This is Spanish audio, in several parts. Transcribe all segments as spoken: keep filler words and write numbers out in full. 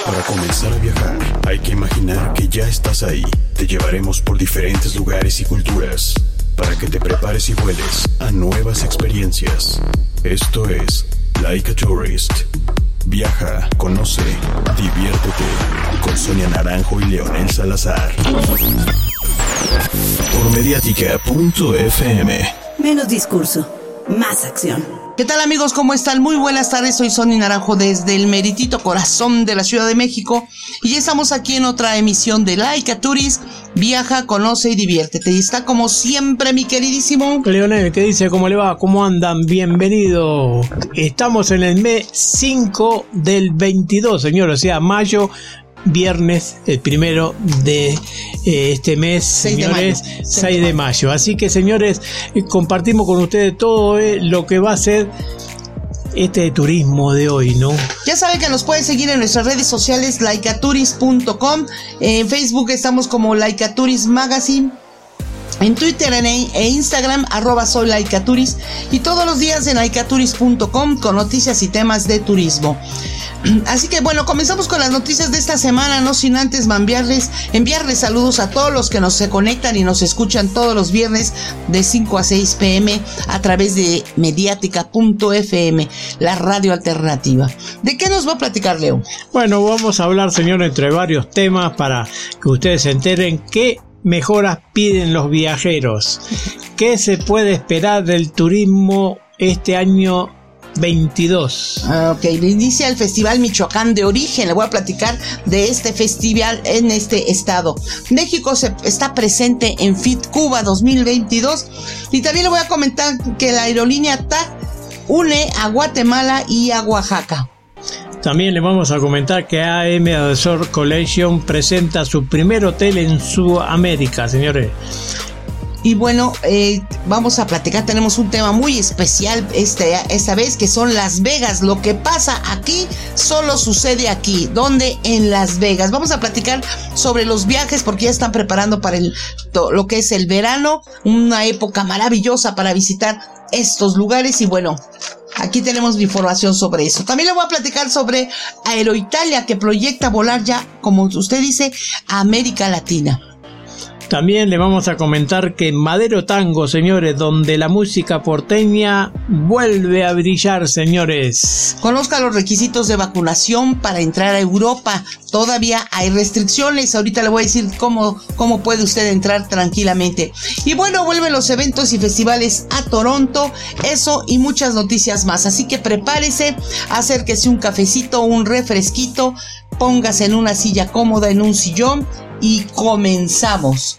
Para comenzar a viajar, hay que imaginar que ya estás ahí. Te llevaremos por diferentes lugares y culturas para que te prepares y vueles a nuevas experiencias. Esto es Like a Tourist. Viaja, conoce, diviértete con Sonia Naranjo y Leonel Salazar. Por mediática punto efe eme. Menos discurso, más acción. ¿Qué tal, amigos? ¿Cómo están? Muy buenas tardes, soy Sonia Naranjo desde el meritito corazón de la Ciudad de México y ya estamos aquí en otra emisión de Like a Tourist. Viaja, conoce y diviértete. Y está como siempre mi queridísimo Leonel, ¿qué dice? ¿Cómo le va? ¿Cómo andan? Bienvenido. Estamos en el mes cinco del veintidós, señor, o sea, mayo. Viernes, el primero de eh, este mes, señores, seis de mayo. Así que, señores, eh, compartimos con ustedes todo eh, lo que va a ser este turismo de hoy, ¿no? Ya saben que nos pueden seguir en nuestras redes sociales, like a tourist punto com. En Facebook estamos como Like a Tourist Magazine. En Twitter e Instagram, arroba soy Like a Tourist. Y todos los días en like a tourist punto com con noticias y temas de turismo. Así que bueno, comenzamos con las noticias de esta semana, no sin antes enviarles, enviarles saludos a todos los que nos se conectan y nos escuchan todos los viernes de cinco a seis pm a través de mediática punto efe eme, la radio alternativa. ¿De qué nos va a platicar, Leo? Bueno, vamos a hablar, señor, entre varios temas para que ustedes se enteren qué mejoras piden los viajeros, qué se puede esperar del turismo este año veintidós. Ok, inicia el Festival Michoacán de Origen. Le voy a platicar de este festival en este estado. México se, está presente en FIT Cuba dos mil veintidós y también le voy a comentar que la aerolínea T A C une a Guatemala y a Oaxaca. También le vamos a comentar que A M Resort Collection presenta su primer hotel en Sudamérica, señores. Y bueno, eh, vamos a platicar, tenemos un tema muy especial este, esta vez, que son Las Vegas. Lo que pasa aquí solo sucede aquí. ¿Dónde? En Las Vegas. Vamos a platicar sobre los viajes porque ya están preparando para el, to, lo que es el verano, una época maravillosa para visitar estos lugares. Y bueno, aquí tenemos información sobre eso. También le voy a platicar sobre Aeroitalia, que proyecta volar ya, como usted dice, a América Latina. También le vamos a comentar que Madero Tango, señores, donde la música porteña vuelve a brillar, señores. Conozca los requisitos de vacunación para entrar a Europa. Todavía hay restricciones. Ahorita le voy a decir cómo, cómo puede usted entrar tranquilamente. Y bueno, vuelven los eventos y festivales a Toronto. Eso y muchas noticias más. Así que prepárese, acérquese un cafecito, un refresquito, póngase en una silla cómoda, en un sillón y comenzamos.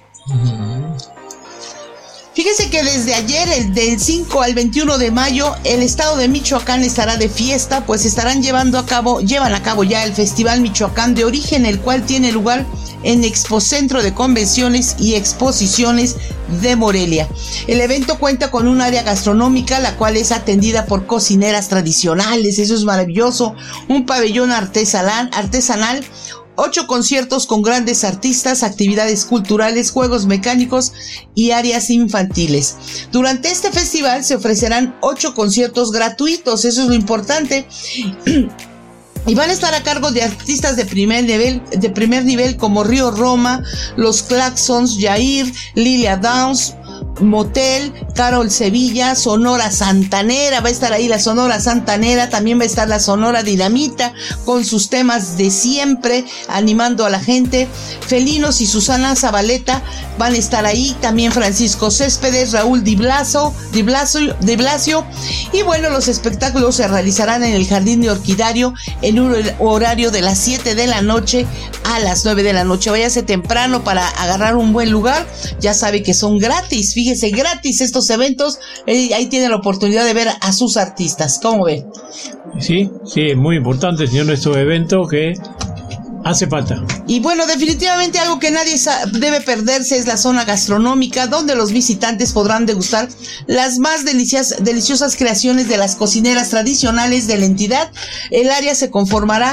Fíjese que desde ayer, el del cinco al veintiuno de mayo, el estado de Michoacán estará de fiesta, pues estarán llevando a cabo, llevan a cabo ya el Festival Michoacán de Origen, el cual tiene lugar en Expocentro de Convenciones y Exposiciones de Morelia. El evento cuenta con un área gastronómica, la cual es atendida por cocineras tradicionales, eso es maravilloso, un pabellón artesanal, artesanal, ocho conciertos con grandes artistas, actividades culturales, juegos mecánicos y áreas infantiles. Durante este festival se ofrecerán ocho conciertos gratuitos, eso es lo importante. Y van a estar a cargo de artistas de primer nivel, de primer nivel como Río Roma, Los Claxons, Yair, Lilia Downs, Motel, Carol Sevilla, Sonora Santanera, va a estar ahí la Sonora Santanera, también va a estar la Sonora Dinamita con sus temas de siempre, animando a la gente. Felinos y Susana Zabaleta van a estar ahí, también Francisco Céspedes, Raúl Di Blasio, Di Blasio, Di Blasio. Y bueno, los espectáculos se realizarán en el Jardín de Orquidario en un horario de las siete de la noche a las nueve de la noche. Váyase temprano para agarrar un buen lugar, ya sabe que son gratis. Fíjese, gratis estos eventos, eh, ahí tiene la oportunidad de ver a sus artistas. ¿Cómo ven? Sí, sí, es muy importante, señor, estos eventos que hace falta. Y bueno, definitivamente algo que nadie debe perderse es la zona gastronómica, donde los visitantes podrán degustar las más delicias, deliciosas creaciones de las cocineras tradicionales de la entidad. El área se conformará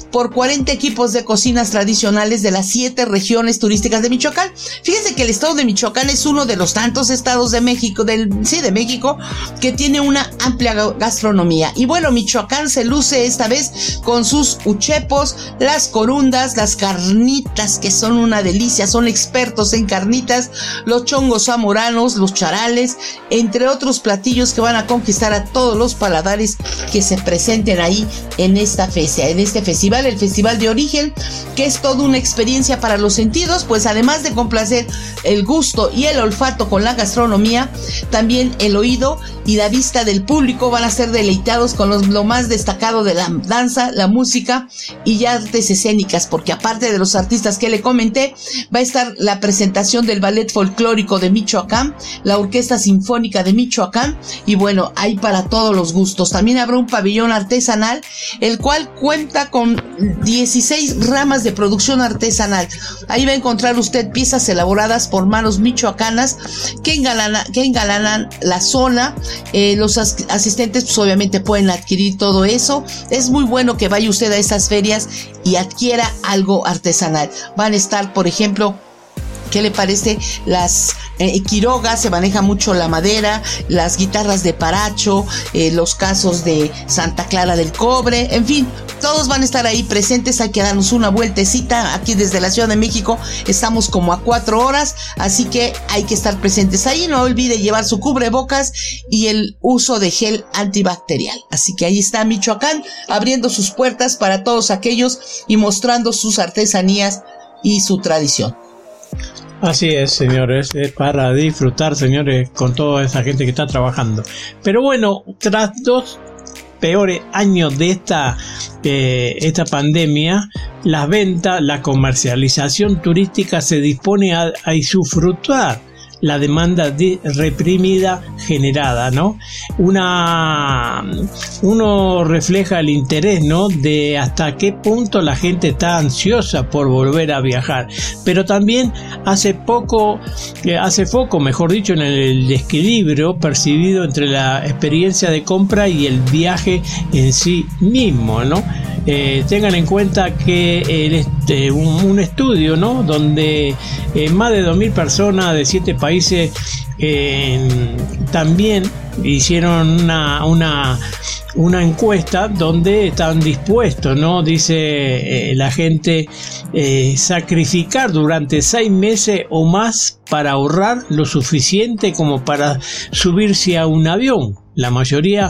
por cuarenta equipos de cocinas tradicionales de las siete regiones turísticas de Michoacán. Fíjense que el estado de Michoacán es uno de los tantos estados de México, del, sí, de México, que tiene una amplia gastronomía. Y bueno, Michoacán se luce esta vez con sus uchepos, las corundas, las carnitas, que son una delicia, son expertos en carnitas, los chongos zamoranos, los charales, entre otros platillos que van a conquistar a todos los paladares que se presenten ahí en esta fecha, en este festival, el Festival de Origen, que es toda una experiencia para los sentidos, pues además de complacer el gusto y el olfato con la gastronomía, también el oído y la vista del público van a ser deleitados con los, lo más destacado de la danza, la música y ya artes escénicas, porque aparte de los artistas que le comenté, va a estar la presentación del Ballet Folclórico de Michoacán, la Orquesta Sinfónica de Michoacán, y bueno, hay para todos los gustos. También habrá un pabellón artesanal, el cual cuenta con dieciséis ramas de producción artesanal. Ahí va a encontrar usted piezas elaboradas por manos michoacanas que, engalana, que engalanan la zona. Eh, los as- asistentes pues obviamente pueden adquirir todo eso. Es muy bueno que vaya usted a estas ferias y adquiera algo artesanal. Van a estar, por ejemplo, ¿qué le parece? Las eh, quirogas, se maneja mucho la madera, las guitarras de Paracho, eh, los casos de Santa Clara del Cobre, en fin, todos van a estar ahí presentes. Hay que darnos una vueltecita. Aquí desde la Ciudad de México estamos como a cuatro horas, así que hay que estar presentes ahí. No olvide llevar su cubrebocas y el uso de gel antibacterial. Así que ahí está Michoacán abriendo sus puertas para todos aquellos y mostrando sus artesanías y su tradición. Así es, señores, es para disfrutar, señores, con toda esa gente que está trabajando. Pero bueno, tras dos peores años de esta, eh, esta pandemia, las ventas, la comercialización turística se dispone a, a usufructuar la demanda de reprimida generada, ¿no? Una, uno refleja el interés, ¿no? De hasta qué punto la gente está ansiosa por volver a viajar, pero también hace poco, eh, hace foco, mejor dicho, en el desequilibrio percibido entre la experiencia de compra y el viaje en sí mismo, ¿no? Eh, tengan en cuenta que el, este, un, un estudio, ¿no? Donde eh, más de dos mil personas de siete países eh, también hicieron una, una, una encuesta donde están dispuestos, ¿no? Dice eh, la gente, eh, sacrificar durante seis meses o más para ahorrar lo suficiente como para subirse a un avión. La mayoría,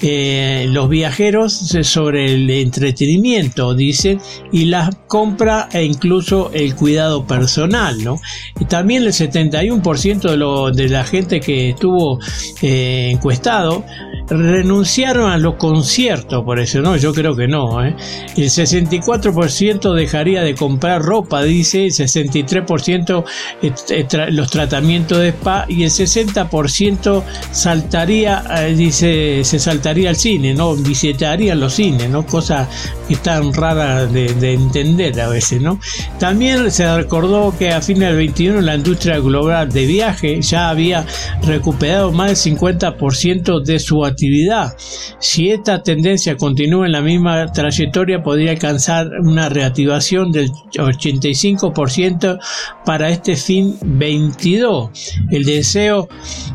eh, los viajeros sobre el entretenimiento, dicen, y la compra e incluso el cuidado personal, ¿no? Y también el setenta y uno por ciento de, lo, de la gente que estuvo eh, encuestado renunciaron a los conciertos, por eso, ¿no? Yo creo que no, ¿eh? El sesenta y cuatro por ciento dejaría de comprar ropa, dice, el sesenta y tres por ciento tra- los tratamientos de spa y el sesenta por ciento saltaría, eh, dice, se saltaría al cine, ¿no? Visitarían los cines, ¿no? Cosa que tan rara de, de entender a veces, ¿no? También se recordó que a fines del veintiuno la industria global de viaje ya había recuperado más del cincuenta por ciento de su actividad. Si esta tendencia continúa en la misma trayectoria, podría alcanzar una reactivación del ochenta y cinco por ciento para este fin veintidós. El deseo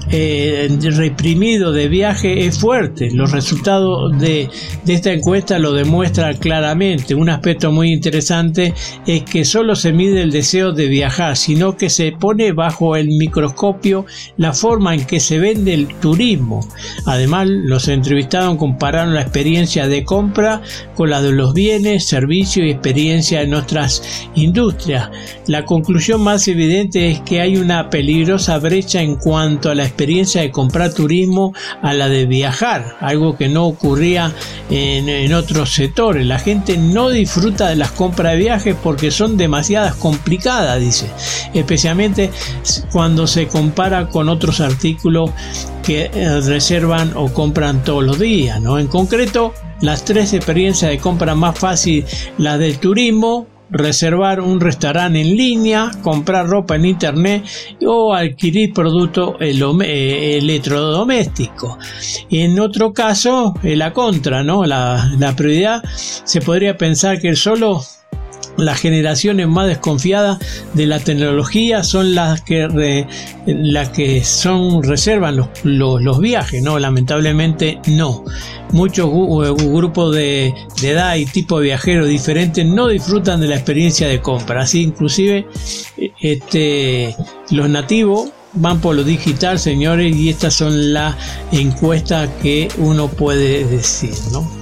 eh, reprimido de viaje es fuerte. Los resultados de, de esta encuesta lo demuestran claramente. Un aspecto muy interesante es que solo se mide el deseo de viajar, sino que se pone bajo el microscopio la forma en que se vende el turismo. Además, los entrevistados compararon la experiencia de compra con la de los bienes, servicios y experiencia en otras industrias. La conclusión más evidente es que hay una peligrosa brecha en cuanto a la experiencia de comprar turismo a la de viajar, algo que no ocurría en, en otros sectores. La gente no disfruta de las compras de viajes porque son demasiadas complicadas, dice, especialmente cuando se compara con otros artículos que eh, reservan o compran todos los días, ¿no? En concreto, las tres experiencias de compra más fáciles, las del turismo, reservar un restaurante en línea, comprar ropa en internet o adquirir productos electrodomésticos. En otro caso, la contra, ¿no? La, la prioridad, se podría pensar que solo las generaciones más desconfiadas de la tecnología son las que re, las que son reservan los, los, los viajes, ¿no? Lamentablemente no. Muchos gu- grupos de, de edad y tipo de viajeros diferentes no disfrutan de la experiencia de compra. Así inclusive este, los nativos van por lo digital, señores, y estas son las encuestas que uno puede decir, ¿no?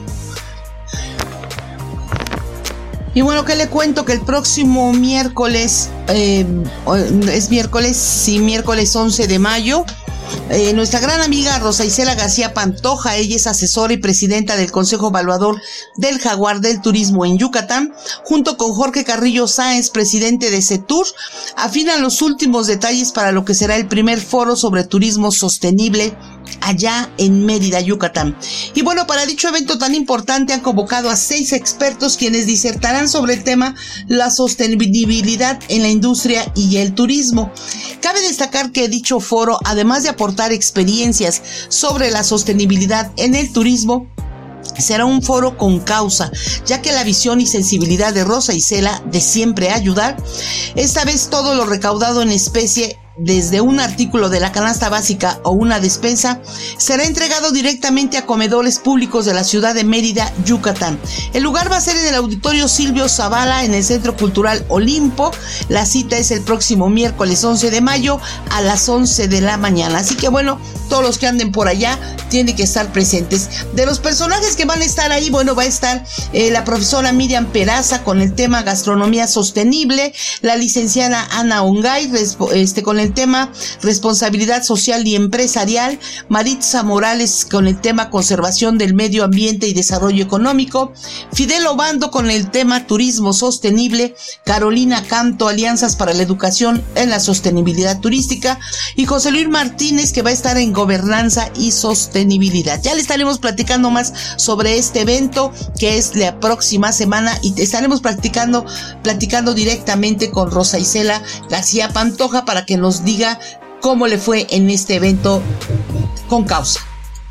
Y bueno, ¿qué le cuento? Que el próximo miércoles, eh, es miércoles, sí, miércoles once de mayo, Eh, nuestra gran amiga Rosa Isela García Pantoja, ella es asesora y presidenta del Consejo Evaluador del Jaguar del Turismo en Yucatán, junto con Jorge Carrillo Sáenz, presidente de CETUR, afinan los últimos detalles para lo que será el primer foro sobre turismo sostenible allá en Mérida, Yucatán. Y bueno, para dicho evento tan importante han convocado a seis expertos quienes disertarán sobre el tema la sostenibilidad en la industria y el turismo. Cabe destacar que dicho foro, además de aportar experiencias sobre la sostenibilidad en el turismo, será un foro con causa, ya que la visión y sensibilidad de Rosa Isela de siempre ayudar, esta vez todo lo recaudado en especie, desde un artículo de la canasta básica o una despensa, será entregado directamente a comedores públicos de la ciudad de Mérida, Yucatán. El lugar va a ser en el Auditorio Silvio Zavala, en el Centro Cultural Olimpo. La cita es el próximo miércoles once de mayo a las once de la mañana. Así que bueno, todos los que anden por allá tienen que estar presentes. De los personajes que van a estar ahí, bueno, va a estar eh, la profesora Miriam Peraza con el tema gastronomía sostenible, la licenciada Ana Ongay este, con el tema responsabilidad social y empresarial, Maritza Morales con el tema conservación del medio ambiente y desarrollo económico, Fidel Obando con el tema turismo sostenible, Carolina Canto, alianzas para la educación en la sostenibilidad turística, y José Luis Martínez, que va a estar en gobernanza y sostenibilidad. Ya le estaremos platicando más sobre este evento, que es la próxima semana, y estaremos platicando, platicando directamente con Rosa Isela García Pantoja para que nos diga cómo le fue en este evento con causa.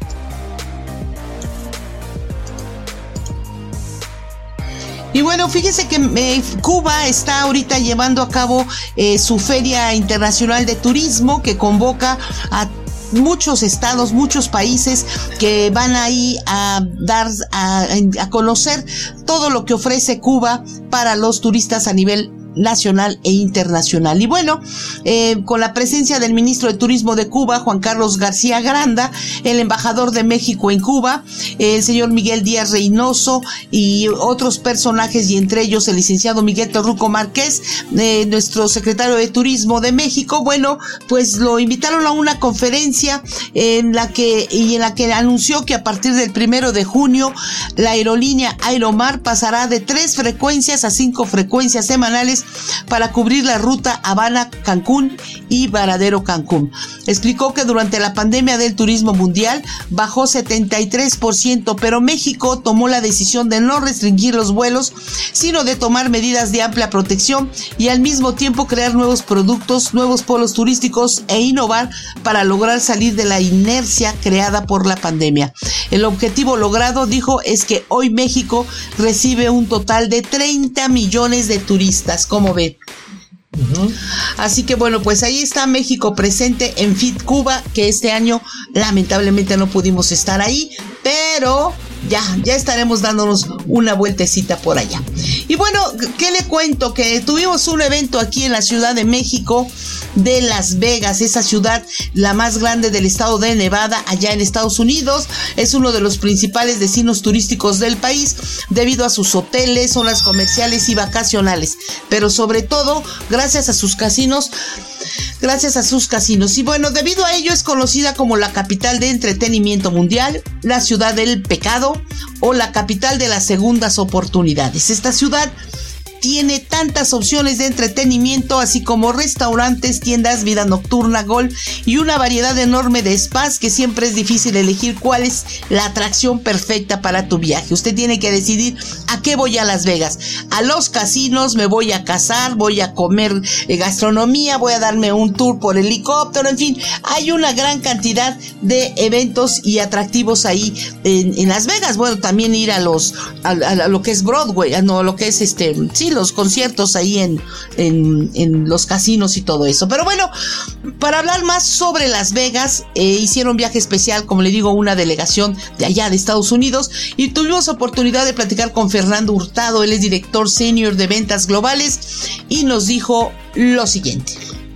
Y bueno, fíjese que eh, Cuba está ahorita llevando a cabo eh, su Feria Internacional de Turismo, que convoca a muchos estados, muchos países que van ahí a dar, a, a conocer todo lo que ofrece Cuba para los turistas a nivel nacional e internacional. Y bueno, eh, con la presencia del ministro de Turismo de Cuba, Juan Carlos García Granda, el embajador de México en Cuba, eh, el señor Miguel Díaz Reynoso y otros personajes, y entre ellos el licenciado Miguel Torruco Márquez, eh, nuestro secretario de Turismo de México, bueno, pues lo invitaron a una conferencia en la que, y en la que anunció que a partir del primero de junio la aerolínea Aeromar pasará de tres frecuencias a cinco frecuencias semanales para cubrir la ruta Habana-Cancún y Varadero-Cancún. Explicó que durante la pandemia del turismo mundial bajó setenta y tres por ciento, pero México tomó la decisión de no restringir los vuelos, sino de tomar medidas de amplia protección y al mismo tiempo crear nuevos productos, nuevos polos turísticos e innovar para lograr salir de la inercia creada por la pandemia. El objetivo logrado, dijo, es que hoy México recibe un total de treinta millones de turistas. ¿Cómo ve? Uh-huh. Así que bueno, pues ahí está México presente en Fit Cuba, que este año lamentablemente no pudimos estar ahí, pero ya, ya estaremos dándonos una vueltecita por allá. Y bueno, ¿qué le cuento? Que tuvimos un evento aquí en la Ciudad de México de Las Vegas, esa ciudad la más grande del estado de Nevada, allá en Estados Unidos. Es uno de los principales destinos turísticos del país debido a sus hoteles, zonas comerciales y vacacionales, pero sobre todo gracias a sus casinos. Gracias a sus casinos. Y bueno, debido a ello es conocida como la capital de entretenimiento mundial, la ciudad del pecado o la capital de las segundas oportunidades. Esta ciudad tiene tantas opciones de entretenimiento, así como restaurantes, tiendas, vida nocturna, golf y una variedad enorme de spas que siempre es difícil elegir cuál es la atracción perfecta para tu viaje. Usted tiene que decidir a qué voy a Las Vegas. A los casinos, me voy a casar, voy a comer eh, gastronomía, voy a darme un tour por helicóptero, en fin, hay una gran cantidad de eventos y atractivos ahí en, en Las Vegas. Bueno, también ir a los a, a lo que es Broadway, a no lo que es este, sí, los conciertos ahí en, en, en los casinos y todo eso. Pero bueno, para hablar más sobre Las Vegas, eh, hicieron viaje especial, como le digo, una delegación de allá de Estados Unidos, y tuvimos oportunidad de platicar con Fernando Hurtado. Él es director senior de ventas globales y nos dijo lo siguiente.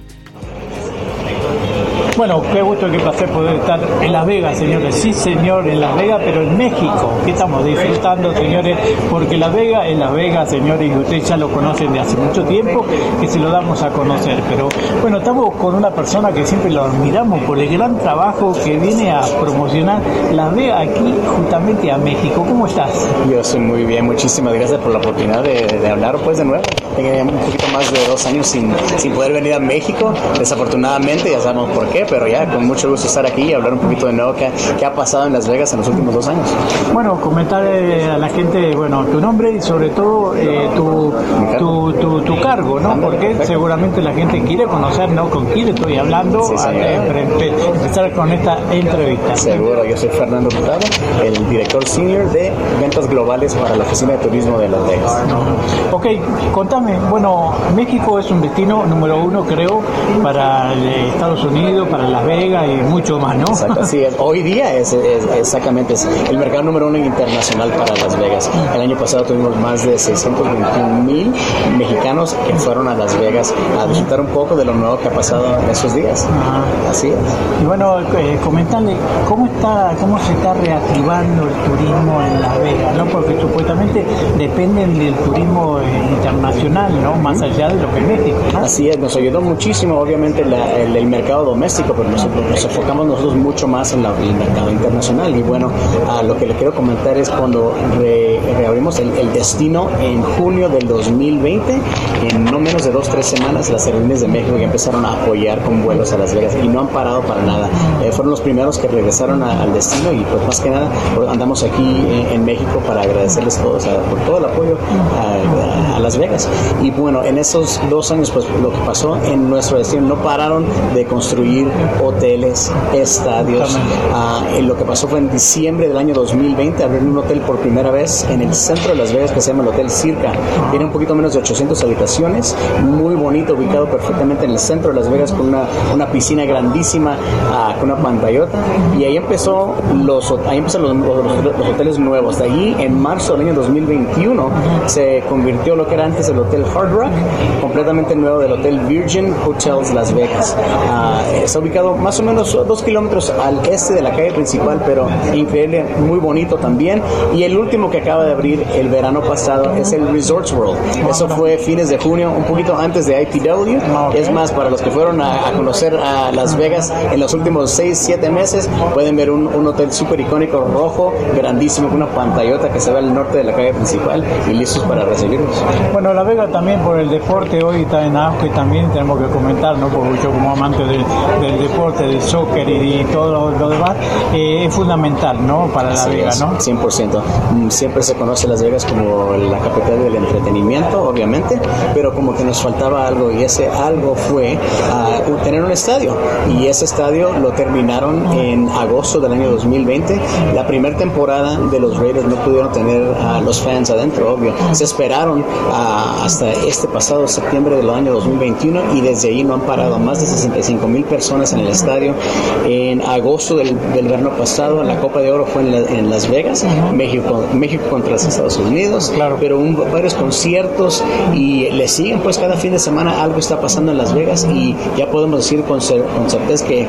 Bueno, qué gusto, qué placer poder estar en Las Vegas, señores. Sí, señor, en Las Vegas, pero en México, que estamos disfrutando, señores, porque Las Vegas es Las Vegas, señores, y ustedes ya lo conocen de hace mucho tiempo, que se lo damos a conocer. Pero bueno, estamos con una persona que siempre lo admiramos por el gran trabajo que viene a promocionar Las Vegas aquí, justamente a México. ¿Cómo estás? Yo estoy muy bien, muchísimas gracias por la oportunidad de, de hablar pues de nuevo. Tenía un poquito más de dos años sin, sin poder venir a México, desafortunadamente, ya sabemos por qué, pero ya con mucho gusto estar aquí y hablar un poquito de nuevo qué, qué ha pasado en Las Vegas en los últimos dos años. Bueno, comentar eh, a la gente, bueno, tu nombre y sobre todo eh, tu, tu, tu, tu cargo, ¿no? Porque seguramente la gente quiere conocer, ¿no? Con quién estoy hablando, sí, antes de empezar con esta entrevista. Seguro, yo soy Fernando Hurtado, el director senior de ventas globales para la Oficina de Turismo de Las Vegas. Ok, contame, bueno, México es un destino número uno, creo, para Estados Unidos, para Las Vegas y mucho más, ¿no? Exacto, así es. Hoy día es, es exactamente es el mercado número uno internacional para Las Vegas. El año pasado tuvimos más de seiscientos veintiún mil mexicanos que fueron a Las Vegas a disfrutar un poco de lo nuevo que ha pasado en esos días. Ah. Así es. Y bueno, eh, comentarle cómo está, cómo se está reactivando el turismo en Las Vegas, ¿no? Porque supuestamente dependen del turismo eh, internacional, ¿no? Más allá de lo que es México, ¿no? Así es, nos ayudó muchísimo, obviamente, la, el, el mercado doméstico, pero nosotros nos enfocamos nosotros mucho más en la, el mercado internacional. Y bueno, uh, lo que le quiero comentar es cuando re, reabrimos el, el destino en junio del dos mil veinte, en no menos de dos, tres semanas, las aerolíneas de México ya empezaron a apoyar con vuelos a Las Vegas y no han parado para nada. Eh, fueron los primeros que regresaron a, al destino y pues más que nada pues, andamos aquí en, en México para agradecerles todos, a, por todo el apoyo a, a, a Las Vegas. Y bueno, en esos dos años pues lo que pasó en nuestro destino, no pararon de construir hoteles, estadios. Uh, lo que pasó fue en diciembre del año dos mil veinte, abrieron un hotel por primera vez en el centro de Las Vegas que se llama el Hotel Circa. Tiene un poquito menos de ochocientas habitaciones, muy bonito, ubicado perfectamente en el centro de Las Vegas con una, una piscina grandísima, uh, con una pantallota. Y ahí empezó los, ahí empezaron los, los, los hoteles nuevos. De allí, en marzo del año dos mil veintiuno, se convirtió lo que era antes el Hotel Hard Rock, completamente nuevo, del Hotel Virgin Hotels Las Vegas. Uh, está ubicado más o menos dos kilómetros al este de la calle principal, pero increíble, muy bonito también. Y el último que acaba de abrir el verano pasado es el Resorts World. Eso fue fines de junio, un poquito antes de I P W. Okay. Es más, para los que fueron a, a conocer a Las Vegas en los últimos seis, siete meses, pueden ver un, un hotel súper icónico, rojo, grandísimo, con una pantallota que se ve al norte de la calle principal y listos para recibirnos. Bueno, Las Vegas también por el deporte hoy está en auge también, tenemos que comentar, ¿no? Porque yo como amante del, del deporte, del soccer y, y todo lo, lo demás, eh, es fundamental, ¿no? Para Las Vegas, ¿no? cien por ciento. Siempre se conoce Las Vegas como la capital del entretenimiento, obviamente, pero como que nos faltaba algo, y ese algo fue uh, tener un estadio, y ese estadio lo terminaron en agosto del año dos mil veinte. La primera temporada de los Raiders no pudieron tener a uh, los fans adentro, obvio. Se esperaron uh, hasta este pasado septiembre del año dos mil veintiuno y desde ahí no han parado. Más de sesenta y cinco mil personas en el estadio. En agosto del, del verano pasado, la Copa de Oro fue en, la, en Las Vegas, uh-huh. México, México contra los Estados Unidos, claro. Pero un, varios conciertos y le siguen pues cada fin de semana. Algo está pasando en Las Vegas y ya podemos decir con, cer- con certeza que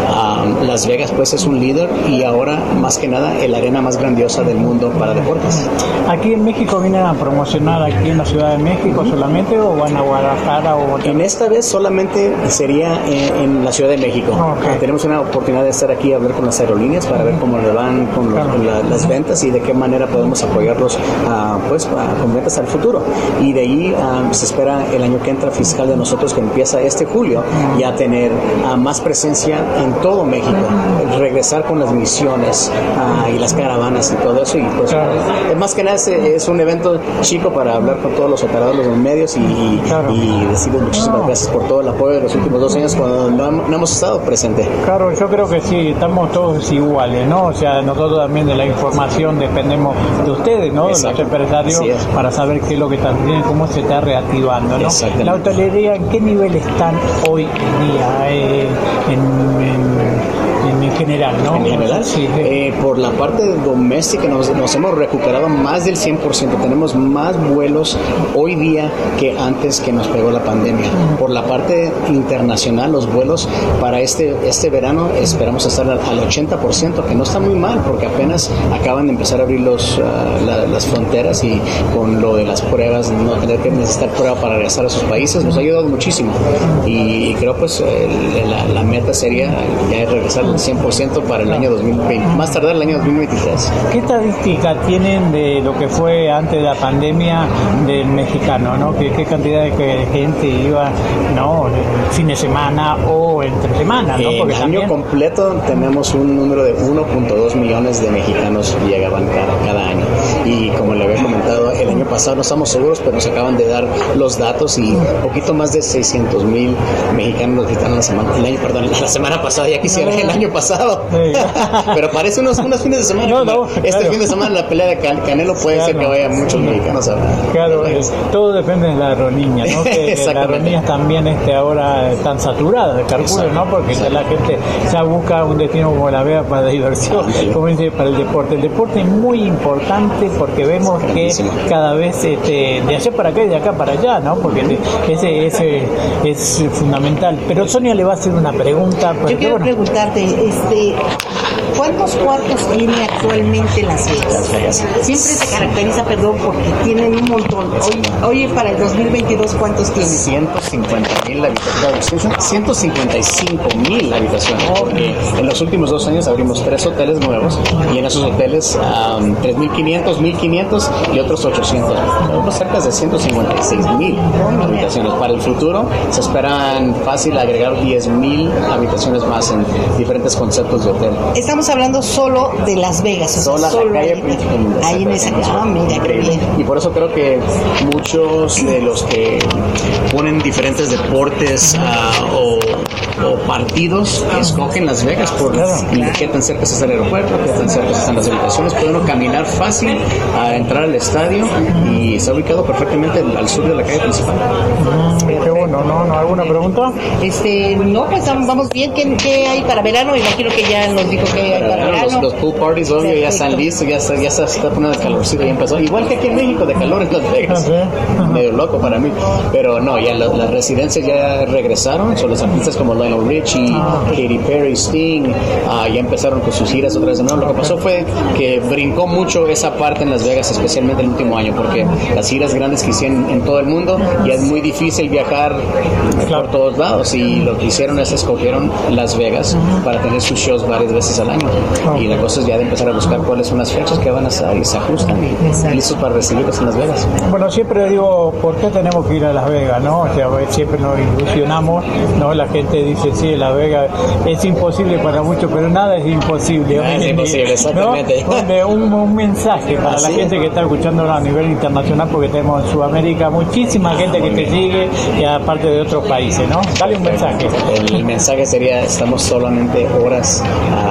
um, Las Vegas pues es un líder y ahora más que nada el arena más grandiosa del mundo para deportes. Aquí en México vienen a promocionar aquí en los Ciudad de México solamente o van a Guadalajara? O en esta vez solamente sería en, en la Ciudad de México. Okay. Tenemos una oportunidad de estar aquí y hablar con las aerolíneas para ver cómo le van con, los, claro. con la, las ventas y de qué manera podemos apoyarlos uh, pues, uh, con ventas al futuro. Y de ahí uh, se espera el año que entra fiscal de nosotros, que empieza este julio, ya tener uh, más presencia en todo México, regresar con las misiones uh, y las caravanas y todo eso. Y pues claro. más que nada es, es un evento chico para hablar con todos los operadores de los medios y, y, claro. y decirles muchísimas no. gracias por todo el apoyo de los últimos dos años cuando no, no hemos estado presentes. Claro, yo creo que sí, estamos todos iguales, ¿no? O sea, nosotros también de la información dependemos de ustedes, ¿no? Exacto. De los empresarios, para saber qué es lo que están haciendo, cómo se está reactivando, ¿no? La hotelería, ¿en qué nivel están hoy en día? Eh, en, en, en general, ¿no? En general, sí. Eh, por la parte doméstica nos, nos hemos recuperado más del cien por ciento. Tenemos más vuelos hoy día que antes que nos pegó la pandemia. Por la parte internacional, los vuelos para este este verano esperamos estar al, al ochenta por ciento, que no está muy mal porque apenas acaban de empezar a abrir los, uh, la, las fronteras y con lo de las pruebas, no tener que necesitar prueba para regresar a sus países, nos ha ayudado muchísimo. Y creo pues el, la, la meta sería ya regresar al cien por ciento para el año dos mil veinte, más tardar el año dos mil veintitrés. ¿Qué estadística tienen de lo que fue antes de la pandemia del mexicano, ¿no? ¿Qué, qué cantidad de gente iba, no, el fin de semana o entre semana, ¿no? Porque el año completo tenemos un número de uno punto dos millones de mexicanos que llegaban cada, cada año. Y como le había comentado, el año pasado no estamos seguros, pero nos acaban de dar los datos y poquito más de seiscientos mil mexicanos nos visitaron la semana, el año, perdón, la semana pasada, ya quisiera el año pasado. Sí. Pero parece unos, unos fines de semana. No, no, este claro. fin de semana la pelea de Canelo puede claro. ser que vaya muchos mexicanos a Claro, eh, todo depende de la aerolínea, ¿no? Que, que las aerolíneas también este, ahora están saturadas de carburos, ¿no? Porque ya la gente ya busca un destino como La Vega para la diversión, como dice, para el deporte. El deporte es muy importante porque vemos que cada vez este, de allá para acá y de acá para allá, ¿no? Porque ese, ese es fundamental. Pero Sonia le va a hacer una pregunta. Yo quiero bueno. preguntarte, este, ¿cuántos cuartos tiene actualmente Las Vegas? Siempre se caracteriza, perdón, porque tienen un montón. Hoy, hoy para el dos mil veintidós, ¿cuántos tienen? ciento cincuenta mil habitaciones, ciento cincuenta y cinco mil habitaciones. Porque en los últimos dos años abrimos tres hoteles nuevos y en esos hoteles um, tres mil quinientos, mil quinientos y otros ochocientos. Tenemos cerca de ciento cincuenta y seis mil habitaciones. Para el futuro se esperan fácil agregar diez mil habitaciones más en diferentes conceptos de hotel. Estamos hablando solo de Las Vegas. O sea, solo ahí en, en, ahí en esa ah, mira, qué bien. Y por eso creo que muchos de los que ponen diferentes deportes uh, o, o partidos escogen Las Vegas por claro, claro. qué tan cerca está el aeropuerto, qué tan cerca están las habitaciones. Puede uno caminar fácil a entrar al estadio y está ubicado perfectamente al sur de la calle principal. Qué bueno, ¿no? ¿No? ¿Alguna pregunta? Este, no, pues vamos bien. ¿Qué, qué hay para verano? Imagino que ya nos dijo que hay para, para verano. Los, los pool parties, obvio, Perfecto. ya están listos, ya está, ya está, está poniendo el calorcito, ya empezó. Igual que aquí en México, de calor en Las Vegas. Uh-huh. Medio loco para mí. Pero no, ya la, las residencias ya regresaron. Son los artistas como Lionel Richie, uh-huh. Katy Perry, Sting, uh, ya empezaron con sus giras otra vez de nuevo. Lo que pasó fue que brincó mucho esa parte en Las Vegas, especialmente el último año, porque las giras grandes que hicieron en todo el mundo, ya es muy difícil viajar claro. por todos lados, y lo que hicieron es escogieron Las Vegas uh-huh. para tener sus shows varias veces al año. Oh. Y la cosa es ya de empezar a buscar cuáles son las fechas que van a estar y se ajustan y Exacto. listos para recibirlos en Las Vegas. Bueno, siempre digo, ¿por qué tenemos que ir a Las Vegas? ¿No? O sea, siempre nos ilusionamos, ¿no? La gente dice, sí, Las Vegas es imposible para muchos, pero nada es imposible. Nada es imposible, exactamente. ¿No? Un, un mensaje para ¿Ah, la sí? gente que está escuchando a nivel internacional, porque tenemos en Sudamérica muchísima gente que te sigue, y aparte de otros países, ¿no? Dale un mensaje. El mensaje sería, estamos solamente horas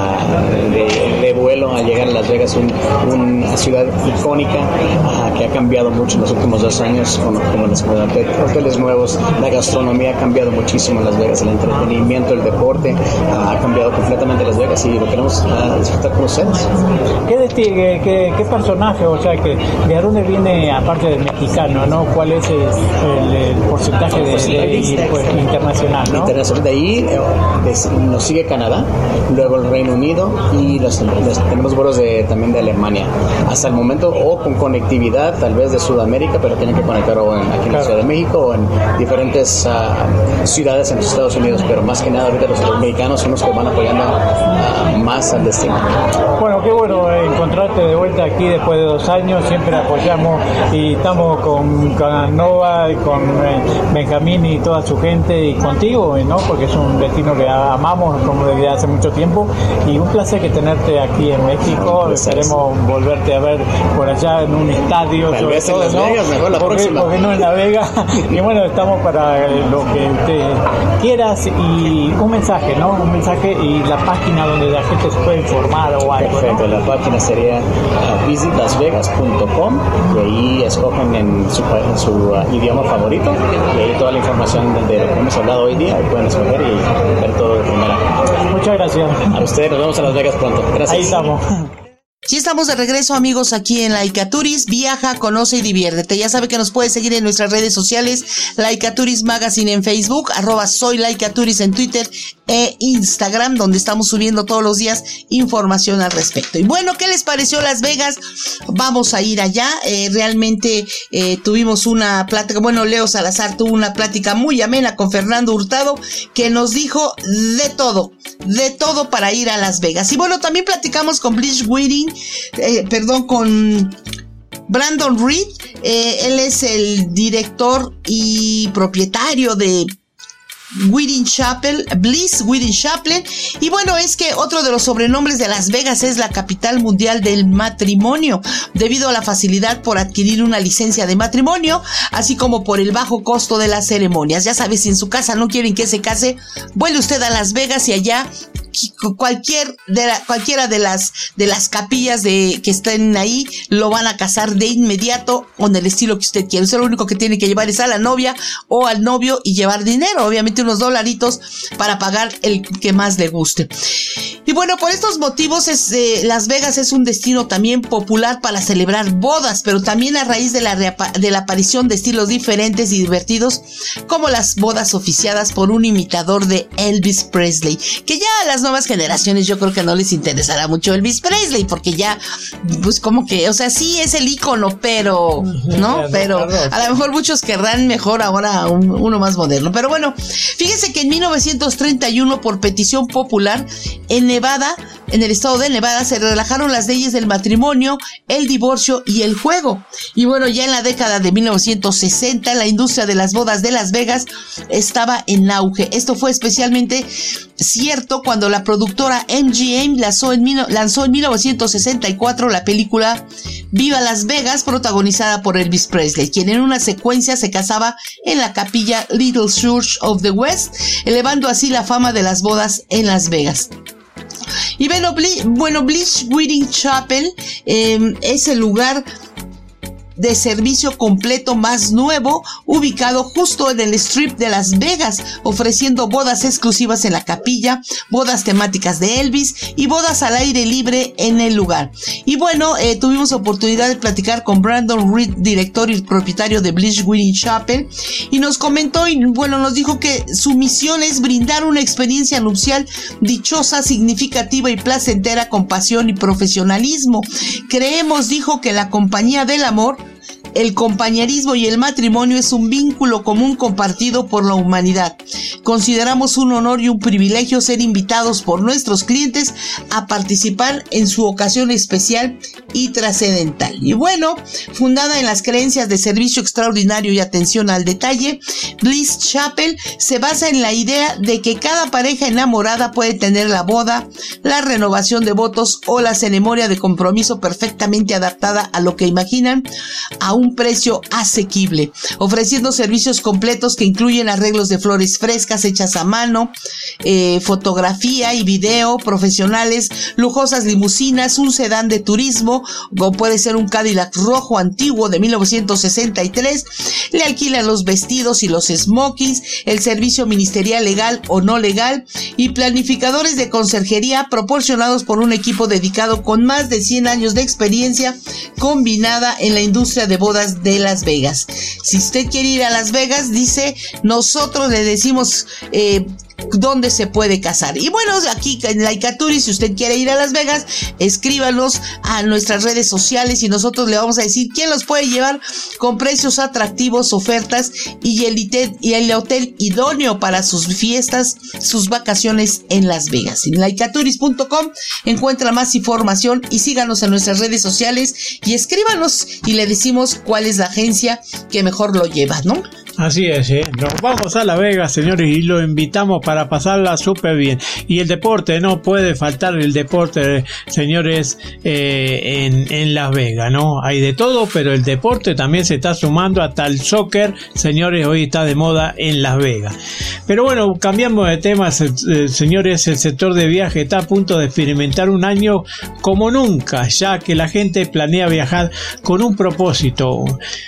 uh, de, de vuelo a llegar a Las Vegas, un, una ciudad icónica uh, que ha cambiado mucho en los últimos dos años, como, como los hoteles nuevos, la gastronomía ha cambiado muchísimo en Las Vegas, el entretenimiento, el deporte uh, ha cambiado completamente Las Vegas, y lo queremos uh, disfrutar con ustedes. ¿Qué, qué, qué, qué personaje, o sea, que de dónde viene, aparte del mexicano, ¿no? ¿Cuál es el, el, el porcentaje de, de, de pues, internacional, ¿no? Internacional, de ahí eh, es, nos sigue Canadá, luego el Reino Unido y los, los tenemos vuelos de, también de Alemania hasta el momento, o con conectividad tal vez de Sudamérica, pero tienen que conectar o en, aquí en la Ciudad de México o en diferentes uh, ciudades en los Estados Unidos, pero más que nada ahorita los, los mexicanos son los que van apoyando uh, más al destino. Bueno, qué bueno encontrarte de vuelta aquí después de dos años, siempre apoyamos y estamos con, con Nova y con eh, Benjamín y toda su gente y contigo, ¿no? Porque es un destino que amamos como desde hace mucho tiempo y un placer que tenerte aquí en México. Esperemos volverte a ver por allá en un estadio, tal sobre vez todo, en Las ¿no? Vegas, mejor la porque, próxima. porque no en La Vega. Y bueno, estamos para lo que usted quieras y un mensaje, ¿no? Un mensaje y la página donde la gente se puede informar o algo. Perfecto, ¿no? la página sería uh, visit las vegas punto com y ahí escogen en su, en su uh, idioma favorito y ahí toda la información de lo que hemos hablado hoy día y pueden escoger y ver todo de primera. Muchas gracias. A ustedes, nos vemos en Las Vegas pronto. Gracias. Ahí estamos. Sí, estamos de regreso, amigos, aquí en Laika Turis. Viaja, conoce y diviértete. Ya sabe que nos puede seguir en nuestras redes sociales, Laika Turis Magazine en Facebook, arroba soy Laika Turis en Twitter e Instagram, donde estamos subiendo todos los días información al respecto. Y bueno, ¿qué les pareció Las Vegas? Vamos a ir allá. Eh, realmente eh, tuvimos una plática, bueno, Leo Salazar tuvo una plática muy amena con Fernando Hurtado, que nos dijo de todo, de todo para ir a Las Vegas. Y bueno, también platicamos con Bliss Whiting, Eh, perdón, con Brandon Reed. Eh, él es el director y propietario de Wedding Chapel, Bliss Wedding Chapel. Y bueno, es que otro de los sobrenombres de Las Vegas es la capital mundial del matrimonio, debido a la facilidad por adquirir una licencia de matrimonio, así como por el bajo costo de las ceremonias. Ya sabes, si en su casa no quieren que se case, vuele usted a Las Vegas y allá cualquier de la, cualquiera de las de las capillas de que estén ahí lo van a casar de inmediato con el estilo que usted quiere. Usted lo único que tiene que llevar es a la novia o al novio y llevar dinero, obviamente unos dolaritos para pagar el que más le guste. Y bueno, por estos motivos es, eh, Las Vegas es un destino también popular para celebrar bodas, pero también a raíz de la, reapa- de la aparición de estilos diferentes y divertidos, como las bodas oficiadas por un imitador de Elvis Presley, que ya a las nuevas generaciones yo creo que no les interesará mucho Elvis Presley, porque ya, pues como que, o sea, sí es el ícono, pero, ¿no? Pero a lo mejor muchos querrán mejor ahora un, uno más moderno. Pero bueno, fíjese que en mil novecientos treinta y uno, por petición popular, en Nevada, en el estado de Nevada, se relajaron las leyes del matrimonio, el divorcio y el juego. Y bueno, ya en la década de mil novecientos sesenta, la industria de las bodas de Las Vegas estaba en auge. Esto fue especialmente cierto cuando la productora M G M lanzó en, lanzó en mil novecientos sesenta y cuatro la película Viva Las Vegas, protagonizada por Elvis Presley, quien en una secuencia se casaba en la capilla Little Church of the West, elevando así la fama de las bodas en Las Vegas. Y bueno, Bli- bueno Bliss Wedding Chapel eh, es el lugar de servicio completo más nuevo, ubicado justo en el Strip de Las Vegas, ofreciendo bodas exclusivas en la capilla, bodas temáticas de Elvis y bodas al aire libre en el lugar. Y bueno, eh, tuvimos oportunidad de platicar con Brandon Reed, director y propietario de Bliss Wedding Chapel, y nos comentó y bueno, nos dijo que su misión es brindar una experiencia nupcial dichosa, significativa y placentera con pasión y profesionalismo. Creemos, dijo, que la compañía del amor, el compañerismo y el matrimonio es un vínculo común compartido por la humanidad. Consideramos un honor y un privilegio ser invitados por nuestros clientes a participar en su ocasión especial y trascendental. Y bueno, fundada en las creencias de servicio extraordinario y atención al detalle, Bliss Chapel se basa en la idea de que cada pareja enamorada puede tener la boda, la renovación de votos o la ceremonia de compromiso perfectamente adaptada a lo que imaginan, a un precio asequible, ofreciendo servicios completos que incluyen arreglos de flores frescas hechas a mano, eh, fotografía y video profesionales, lujosas limusinas, un sedán de turismo, o puede ser un Cadillac rojo antiguo de mil novecientos sesenta y tres, le alquilan los vestidos y los smokings, el servicio ministerial legal o no legal y planificadores de conserjería proporcionados por un equipo dedicado con más de cien años de experiencia combinada en la industria de bodas de Las Vegas. Si usted quiere ir a Las Vegas, dice, nosotros le decimos, eh, dónde se puede casar. Y bueno, aquí en Laicaturi, si usted quiere ir a Las Vegas, escríbanos a nuestras redes sociales y nosotros le vamos a decir quién los puede llevar con precios atractivos, ofertas y el, y el hotel idóneo para sus fiestas, sus vacaciones en Las Vegas. En laicaturis punto com encuentra más información y síganos en nuestras redes sociales y escríbanos y le decimos cuál es la agencia que mejor lo lleva, ¿no? Así es, ¿eh? Nos vamos a Las Vegas, señores, y lo invitamos para pasarla súper bien. Y el deporte, no puede faltar el deporte, señores, eh, en, en Las Vegas, ¿no? Hay de todo, pero el deporte también se está sumando hasta el soccer, señores, hoy está de moda en Las Vegas. Pero bueno, cambiamos de tema, eh, señores, el sector de viaje está a punto de experimentar un año como nunca, ya que la gente planea viajar con un propósito,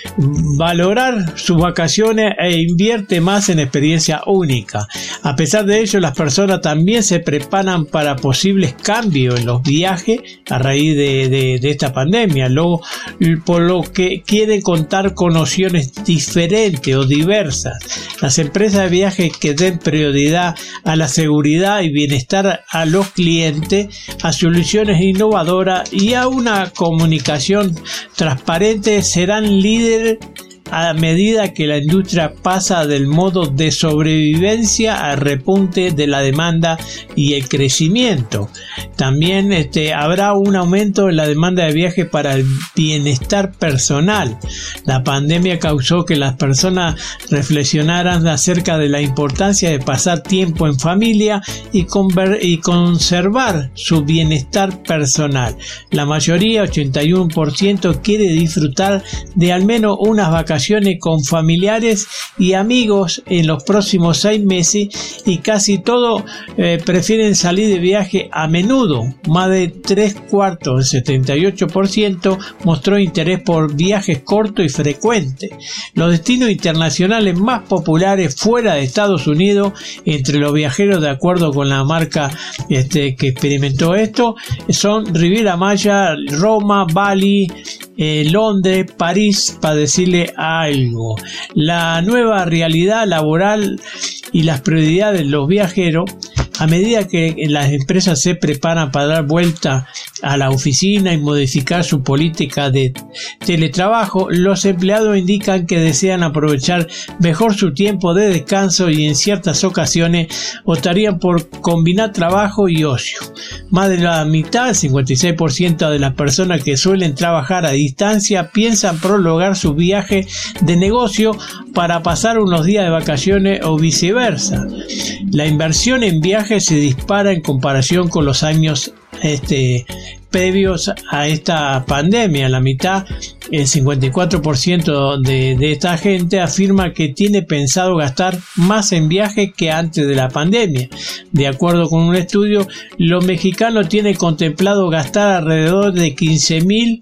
valorar sus vacaciones e invierte más en experiencia única. A pesar de ello, las personas también se preparan para posibles cambios en los viajes a raíz de, de, de esta pandemia, luego, por lo que quieren contar con opciones diferentes o diversas. Las empresas de viajes que den prioridad a la seguridad y bienestar a los clientes, a soluciones innovadoras y a una comunicación transparente serán líderes a medida que la industria pasa del modo de sobrevivencia al repunte de la demanda y el crecimiento. También este, habrá un aumento en la demanda de viajes para el bienestar personal. La pandemia causó que las personas reflexionaran acerca de la importancia de pasar tiempo en familia y, conver- y conservar su bienestar personal. La mayoría, ochenta y uno por ciento, quiere disfrutar de al menos unas vacaciones con familiares y amigos en los próximos seis meses y casi todos eh, prefieren salir de viaje a menudo. Más de tres cuartos, el setenta y ocho por ciento, mostró interés por viajes cortos y frecuentes. Los destinos internacionales más populares fuera de Estados Unidos entre los viajeros, de acuerdo con la marca este, que experimentó esto, son Riviera Maya, Roma, Bali, Eh, Londres, París, para decirle algo. La nueva realidad laboral y las prioridades de los viajeros, a medida que las empresas se preparan para dar vuelta a la oficina y modificar su política de teletrabajo, los empleados indican que desean aprovechar mejor su tiempo de descanso y en ciertas ocasiones optarían por combinar trabajo y ocio. Más de la mitad, el cincuenta y seis por ciento de las personas que suelen trabajar a distancia piensan prolongar su viaje de negocio para pasar unos días de vacaciones o viceversa. La inversión en viajes se dispara en comparación con los años este, previos a esta pandemia. La mitad, el cincuenta y cuatro por ciento de, de esta gente afirma que tiene pensado gastar más en viajes que antes de la pandemia. De acuerdo con un estudio, los mexicanos tienen contemplado gastar alrededor de quince mil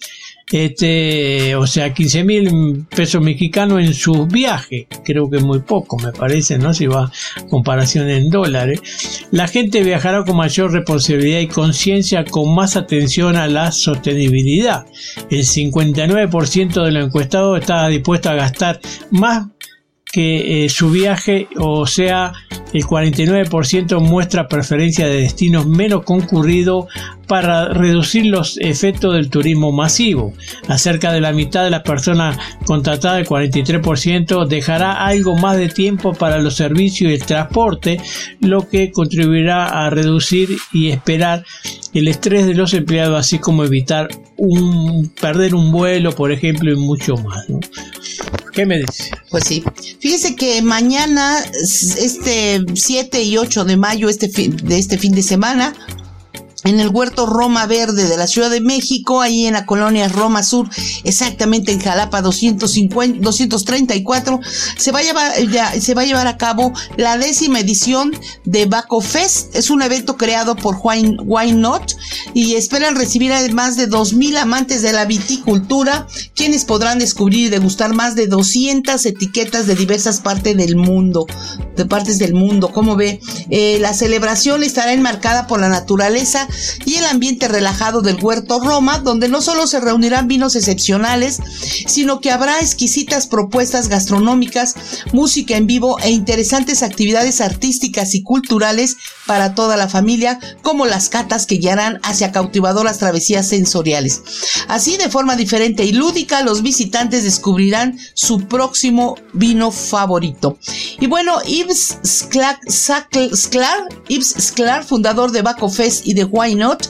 Este, o sea, quince mil pesos mexicanos en sus viajes. Creo que es muy poco, me parece, ¿no? Si va a comparación en dólares. La gente viajará con mayor responsabilidad y conciencia, con más atención a la sostenibilidad. El cincuenta y nueve por ciento de los encuestados está dispuesto a gastar más que eh, su viaje, o sea, el cuarenta y nueve por ciento muestra preferencia de destinos menos concurridos para reducir los efectos del turismo masivo. Acerca de la mitad de las personas contratadas, el cuarenta y tres por ciento, dejará algo más de tiempo para los servicios y el transporte, lo que contribuirá a reducir y esperar el estrés de los empleados, así como evitar un, perder un vuelo, por ejemplo, y mucho más, ¿no? ¿Qué me dice? Pues sí. Fíjese que mañana, este siete y ocho de mayo, este fin, de este fin de semana, en el Huerto Roma Verde de la Ciudad de México, ahí en la colonia Roma Sur, exactamente en Jalapa doscientos cincuenta, doscientos treinta y cuatro, se va a llevar, ya, se va a llevar a cabo la décima edición de Baco Fest. Es un evento creado por Why, Why Not y esperan recibir a más de dos mil amantes de la viticultura, quienes podrán descubrir y degustar más de doscientas etiquetas de diversas partes del mundo, de partes del mundo. ¿Cómo ve? Eh, la celebración estará enmarcada por la naturaleza y el ambiente relajado del Huerto Roma, donde no solo se reunirán vinos excepcionales, sino que habrá exquisitas propuestas gastronómicas, música en vivo e interesantes actividades artísticas y culturales para toda la familia, como las catas que guiarán hacia cautivadoras travesías sensoriales. Así, de forma diferente y lúdica, los visitantes descubrirán su próximo vino favorito. Y bueno, Yves Sklar, Sklar, Yves Sklar, fundador de Baco Fest y de Why Not,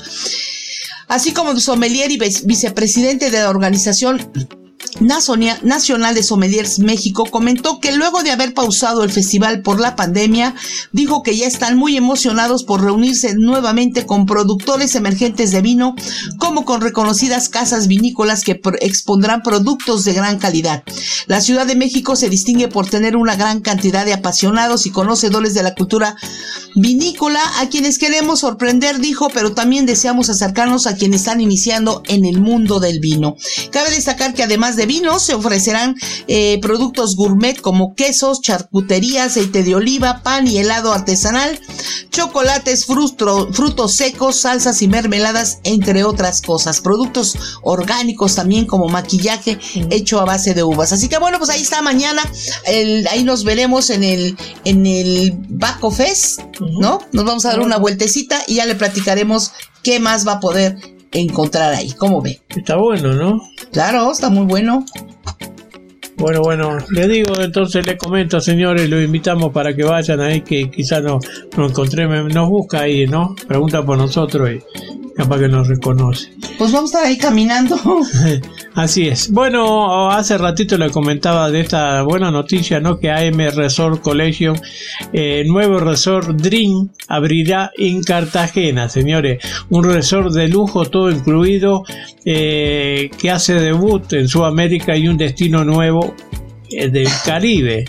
así como sommelier y vicepresidente de la organización Nacional de Sommeliers México, comentó que luego de haber pausado el festival por la pandemia, dijo que ya están muy emocionados por reunirse nuevamente con productores emergentes de vino, como con reconocidas casas vinícolas que expondrán productos de gran calidad. La Ciudad de México se distingue por tener una gran cantidad de apasionados y conocedores de la cultura vinícola, a quienes queremos sorprender, dijo, pero también deseamos acercarnos a quienes están iniciando en el mundo del vino. Cabe destacar que además de vinos se ofrecerán eh, productos gourmet como quesos, charcutería, aceite de oliva, pan y helado artesanal, chocolates, frustro, frutos secos, salsas y mermeladas, entre otras cosas. Productos orgánicos también, como maquillaje hecho a base de uvas. Así que bueno, pues ahí está mañana. El, ahí nos veremos en el en el Baco Fest, ¿no? Nos vamos a dar una vueltecita y ya le platicaremos qué más va a poder encontrar ahí. ¿Cómo ve? Está bueno, ¿no? Claro, está muy bueno. Bueno, bueno, le digo, entonces le comento, señores, los invitamos para que vayan ahí, que quizás no, no encontré, nos busca ahí, ¿no? Pregunta por nosotros y capaz que nos reconoce. Pues vamos a estar ahí caminando. Así es. Bueno, hace ratito le comentaba de esta buena noticia, ¿no? Que A M Resort Collection, eh, nuevo resort Dream, abrirá en Cartagena, señores. Un resort de lujo, todo incluido, eh, que hace debut en Sudamérica y un destino nuevo eh, del Caribe.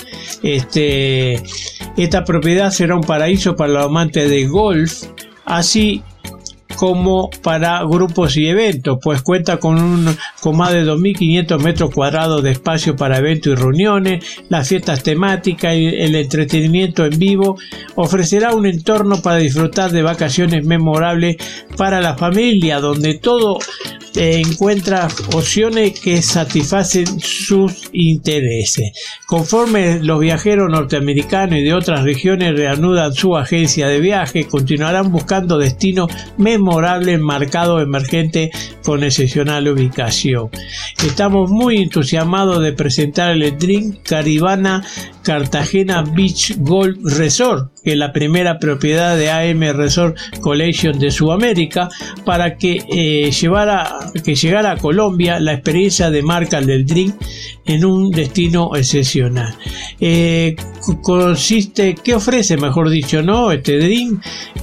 Este, esta propiedad será un paraíso para los amantes de golf, así como para grupos y eventos, pues cuenta con un con más de dos mil quinientos metros cuadrados de espacio para eventos y reuniones, las fiestas temáticas y el entretenimiento en vivo. Ofrecerá un entorno para disfrutar de vacaciones memorables para la familia, donde todo eh, encuentra opciones que satisfacen sus intereses. Conforme los viajeros norteamericanos y de otras regiones reanudan su agencia de viaje, continuarán buscando destinos memorables marcados emergentes con excepcional ubicación. Estamos muy entusiasmados de presentar el Dream Caribana Cartagena Beach Golf Resort, que es la primera propiedad de A M Resort Collection de Sudamérica, para que eh, llevara que llegara a Colombia la experiencia de marca del Dream en un destino excepcional. Eh, consiste, ¿qué ofrece, mejor dicho, no? Este Dream,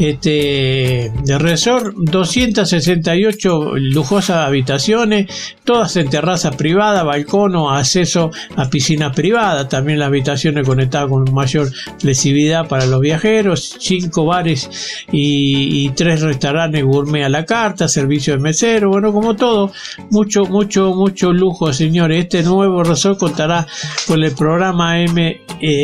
este de resort, doscientas sesenta y ocho lujosas habitaciones, todas en terraza privada, balcón o acceso a piscina privada, también las habitaciones conectadas con mayor flexibilidad para los viajeros, cinco bares y, y tres restaurantes gourmet a la carta, servicio de mesero, bueno, como todo, mucho, mucho, mucho lujo, señores. Este nuevo resort contará con el programa M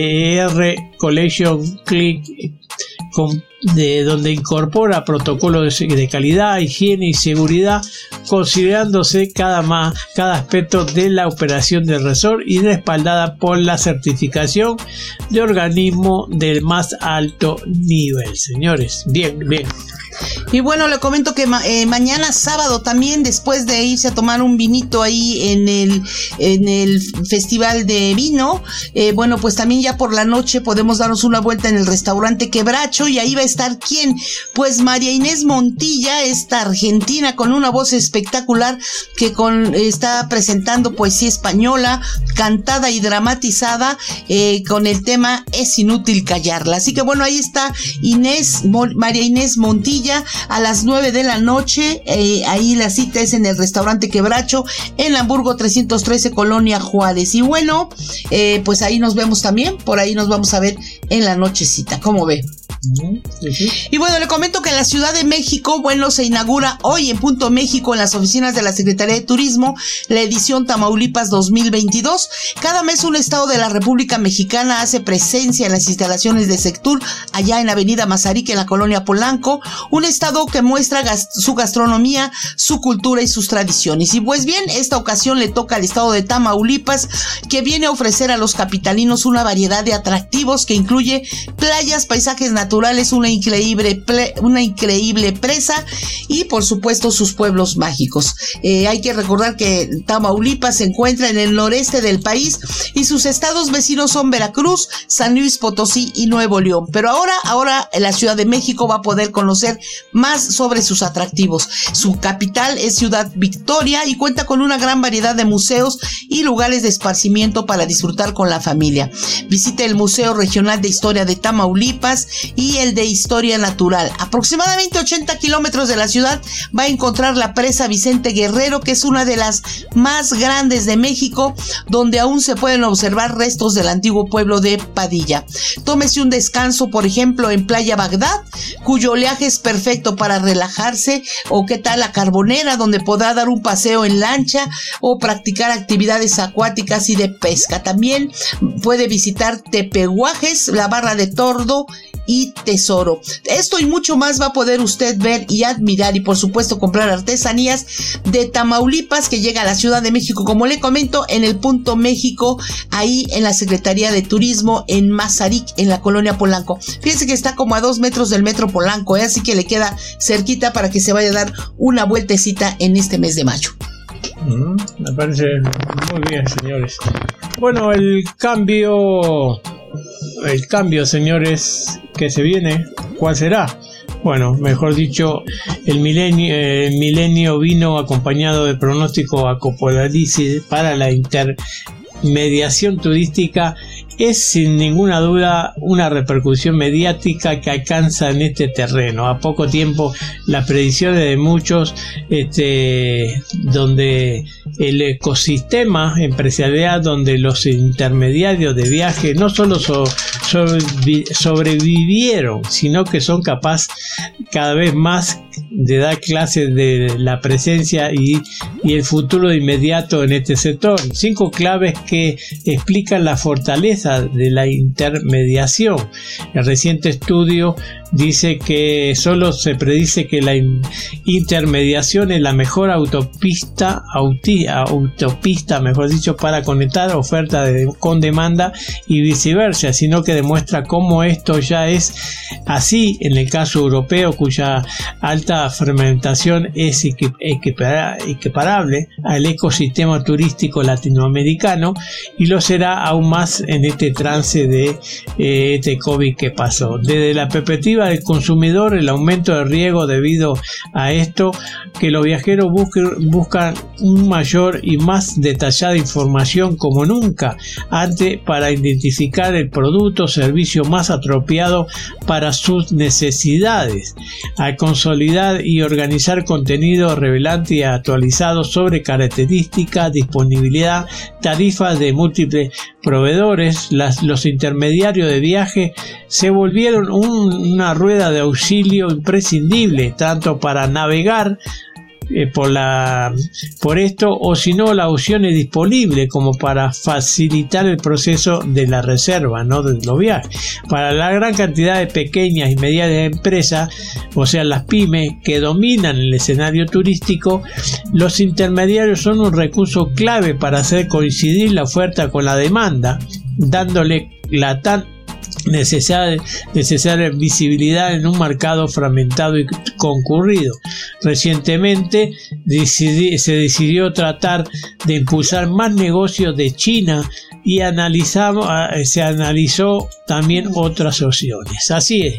R Collection Click, con, de, donde incorpora protocolos de, de calidad, higiene y seguridad, considerándose cada, más, cada aspecto de la operación del resort y respaldada por la certificación de organismo del más alto nivel, señores. Bien, bien. Y bueno, le comento que ma- eh, mañana sábado también, después de irse a tomar un vinito ahí en el en el festival de vino, eh, bueno, pues también ya por la noche podemos darnos una vuelta en el restaurante Quebracho, y ahí va a estar ¿quién? Pues María Inés Montilla, esta argentina con una voz espectacular, que con eh, está presentando poesía española cantada y dramatizada, eh, con el tema Es inútil callarla. Así que bueno, ahí está Inés Mo- María Inés Montilla a las nueve de la noche, eh, ahí la cita es en el restaurante Quebracho, en Hamburgo trescientos trece, Colonia Juárez. Y bueno, eh, pues ahí nos vemos también, por ahí nos vamos a ver en la nochecita. ¿Cómo ve? Sí, sí. Y bueno, le comento que en la Ciudad de México, bueno, se inaugura hoy en Punto México, en las oficinas de la Secretaría de Turismo, la edición Tamaulipas dos mil veintidós. Cada mes un estado de la República Mexicana hace presencia en las instalaciones de Sectur, allá en Avenida Mazarik, en la colonia Polanco, un estado que muestra gas- su gastronomía, su cultura y sus tradiciones. Y pues bien, esta ocasión le toca al estado de Tamaulipas, que viene a ofrecer a los capitalinos una variedad de atractivos que incluye playas, paisajes naturales, una increíble, ple- una increíble presa y por supuesto sus pueblos mágicos. Eh, hay que recordar que Tamaulipas se encuentra en el noreste del país y sus estados vecinos son Veracruz, San Luis Potosí y Nuevo León. Pero ahora, ahora la Ciudad de México va a poder conocer más sobre sus atractivos. Su capital es Ciudad Victoria y cuenta con una gran variedad de museos y lugares de esparcimiento para disfrutar con la familia. Visite el Museo Regional de Historia de Tamaulipas y el de Historia Natural. Aproximadamente ochenta kilómetros de la ciudad va a encontrar la presa Vicente Guerrero, que es una de las más grandes de México, donde aún se pueden observar restos del antiguo pueblo de Padilla. Tómese un descanso, por ejemplo, en Playa Bagdad, cuyo oleaje es perfecto para relajarse, o qué tal la Carbonera, donde podrá dar un paseo en lancha o practicar actividades acuáticas y de pesca. También puede visitar Tepehuajes, la Barra de Tordo y Tesoro. Esto y mucho más va a poder usted ver y admirar, y por supuesto comprar artesanías de Tamaulipas, que llega a la Ciudad de México, como le comento, en el Punto México, ahí en la Secretaría de Turismo en Mazarik, en la colonia Polanco. Fíjense que está como a dos metros del metro Polanco, ¿eh? Así que le queda cerquita para que se vaya a dar una vueltecita en este mes de mayo. Mm, me parece muy bien, señores. Bueno, el cambio, el cambio, señores, que se viene, ¿cuál será? Bueno, mejor dicho, el milenio, el milenio vino acompañado de pronóstico apocalipsis para la intermediación turística. Es sin ninguna duda una repercusión mediática que alcanza en este terreno. A poco tiempo, las predicciones de muchos, este, donde el ecosistema empresarial, donde los intermediarios de viaje no solo so, sobrevi, sobrevivieron, sino que son capaces cada vez más de dar clases de la presencia y, y el futuro inmediato en este sector. Cinco claves que explican la fortaleza de la intermediación. El reciente estudio dice que solo se predice que la in- intermediación es la mejor autopista, auti- autopista, mejor dicho, para conectar oferta de, con demanda y viceversa, sino que demuestra cómo esto ya es así en el caso europeo, cuya alta fermentación es equip- equipara- equiparable al ecosistema turístico latinoamericano, y lo será aún más en este trance de eh, este COVID que pasó. Desde la perspectiva del consumidor, el aumento de riesgo debido a esto, que los viajeros busquen, buscan un mayor y más detallada información como nunca antes para identificar el producto o servicio más apropiado para sus necesidades. Al consolidar y organizar contenido relevante y actualizado sobre características, disponibilidad, tarifas de múltiples proveedores, las, los intermediarios de viaje se volvieron un, una rueda de auxilio imprescindible, tanto para navegar eh, por la por esto, o si no, la opción es disponible como para facilitar el proceso de la reserva, no de los viajes. Para la gran cantidad de pequeñas y medianas empresas, o sea, las pymes que dominan el escenario turístico, los intermediarios son un recurso clave para hacer coincidir la oferta con la demanda, dándole la tan necesaria, necesaria visibilidad en un mercado fragmentado y concurrido. Recientemente decidí, se decidió tratar de impulsar más negocios de China y analizamos, se analizó también otras opciones. Así es.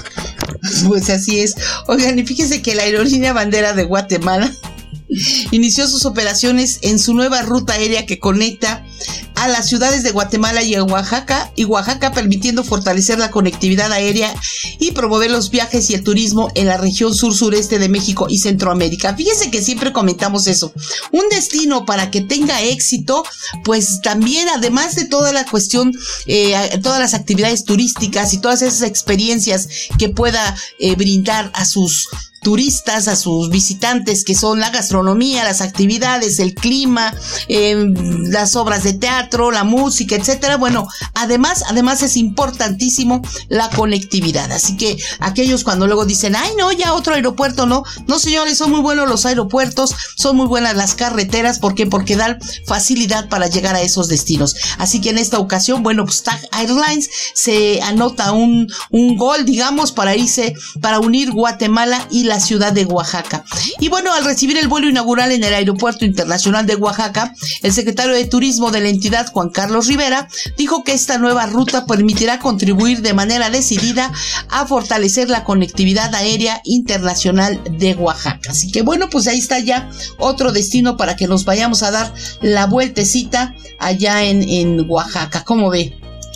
Pues así es. Oigan, y fíjense que la aerolínea bandera de Guatemala inició sus operaciones en su nueva ruta aérea que conecta a las ciudades de Guatemala y Oaxaca, y Oaxaca, permitiendo fortalecer la conectividad aérea y promover los viajes y el turismo en la región sur-sureste de México y Centroamérica. Fíjense que siempre comentamos eso. Un destino para que tenga éxito, pues también, además de toda la cuestión, eh, todas las actividades turísticas y todas esas experiencias que pueda eh, brindar a sus turistas, a sus visitantes, que son la gastronomía, las actividades, el clima, eh, las obras de teatro, la música, etcétera. Bueno, además, además es importantísimo la conectividad. Así que aquellos cuando luego dicen, ay no, ya otro aeropuerto, no, no señores, son muy buenos los aeropuertos, son muy buenas las carreteras, ¿por qué? Porque dan facilidad para llegar a esos destinos. Así que en esta ocasión, bueno, pues TAG Airlines se anota un, un gol, digamos, para irse, para unir Guatemala y la ciudad de Oaxaca. Y bueno, al recibir el vuelo inaugural en el Aeropuerto Internacional de Oaxaca, el secretario de Turismo de la entidad, Juan Carlos Rivera, dijo que esta nueva ruta permitirá contribuir de manera decidida a fortalecer la conectividad aérea internacional de Oaxaca. Así que bueno, pues ahí está ya otro destino para que nos vayamos a dar la vueltecita allá en, en Oaxaca. ¿Cómo ve?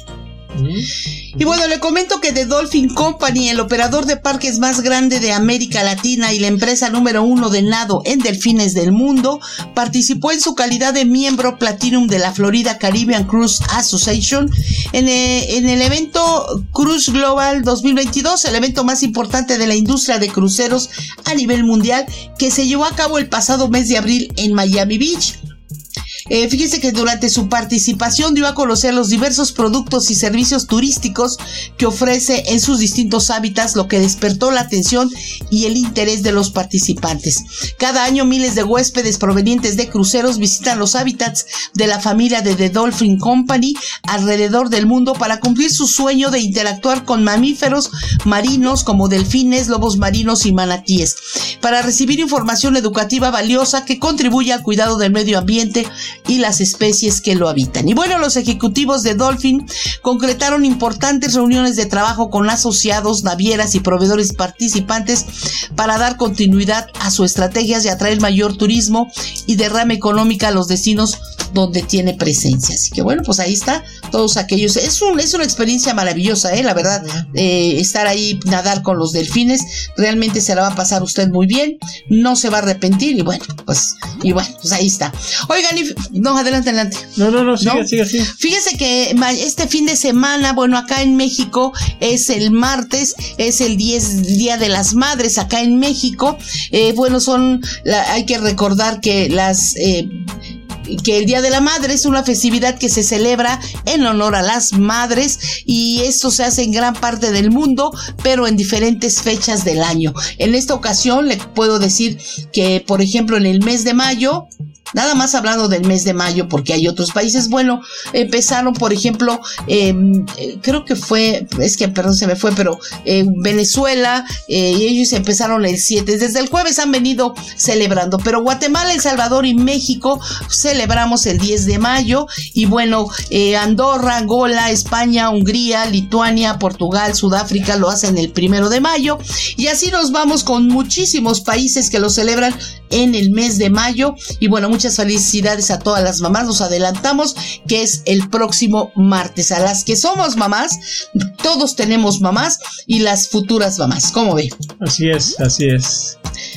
Y bueno, le comento que The Dolphin Company, el operador de parques más grande de América Latina y la empresa número uno de nado en delfines del mundo, participó en su calidad de miembro Platinum de la Florida Caribbean Cruise Association en el, en el evento Cruise Global dos mil veintidós, el evento más importante de la industria de cruceros a nivel mundial, que se llevó a cabo el pasado mes de abril en Miami Beach. Eh, fíjese que durante su participación dio a conocer los diversos productos y servicios turísticos que ofrece en sus distintos hábitats, lo que despertó la atención y el interés de los participantes. Cada año miles de huéspedes provenientes de cruceros visitan los hábitats de la familia de The Dolphin Company alrededor del mundo para cumplir su sueño de interactuar con mamíferos marinos como delfines, lobos marinos y manatíes, para recibir información educativa valiosa que contribuye al cuidado del medio ambiente y las especies que lo habitan. Y bueno, los ejecutivos de Dolphin concretaron importantes reuniones de trabajo con asociados, navieras y proveedores participantes para dar continuidad a sus estrategias de atraer mayor turismo y derrama económica a los destinos donde tiene presencia. Así que bueno, pues ahí está, todos aquellos, es, un, es una experiencia maravillosa, eh, la verdad, eh, estar ahí, nadar con los delfines, realmente se la va a pasar usted muy bien, no se va a arrepentir, y bueno, pues, y bueno, pues ahí está. Oigan, y, no, adelante, adelante. No, no, no, sigue, ¿No? sigue, sigue. Fíjese que este fin de semana, bueno, acá en México es el martes, es el diez Día de las Madres acá en México. Eh, bueno, son, la, hay que recordar que las... Eh, que el Día de la Madre es una festividad que se celebra en honor a las madres, y esto se hace en gran parte del mundo, pero en diferentes fechas del año. En esta ocasión le puedo decir que, por ejemplo, en el mes de mayo, nada más hablando del mes de mayo, porque hay otros países, bueno, empezaron, por ejemplo, eh, creo que fue, es que perdón se me fue, pero eh, Venezuela, eh, y ellos empezaron el siete, desde el jueves han venido celebrando, pero Guatemala, El Salvador y México celebramos el diez de mayo, y bueno, eh, Andorra, Angola, España, Hungría, Lituania, Portugal, Sudáfrica lo hacen el primero de mayo, y así nos vamos con muchísimos países que lo celebran en el mes de mayo. Y bueno, muchas felicidades a todas las mamás, nos adelantamos que es el próximo martes. A las que somos mamás, todos tenemos mamás, y las futuras mamás, ¿cómo ve? Así es, así es.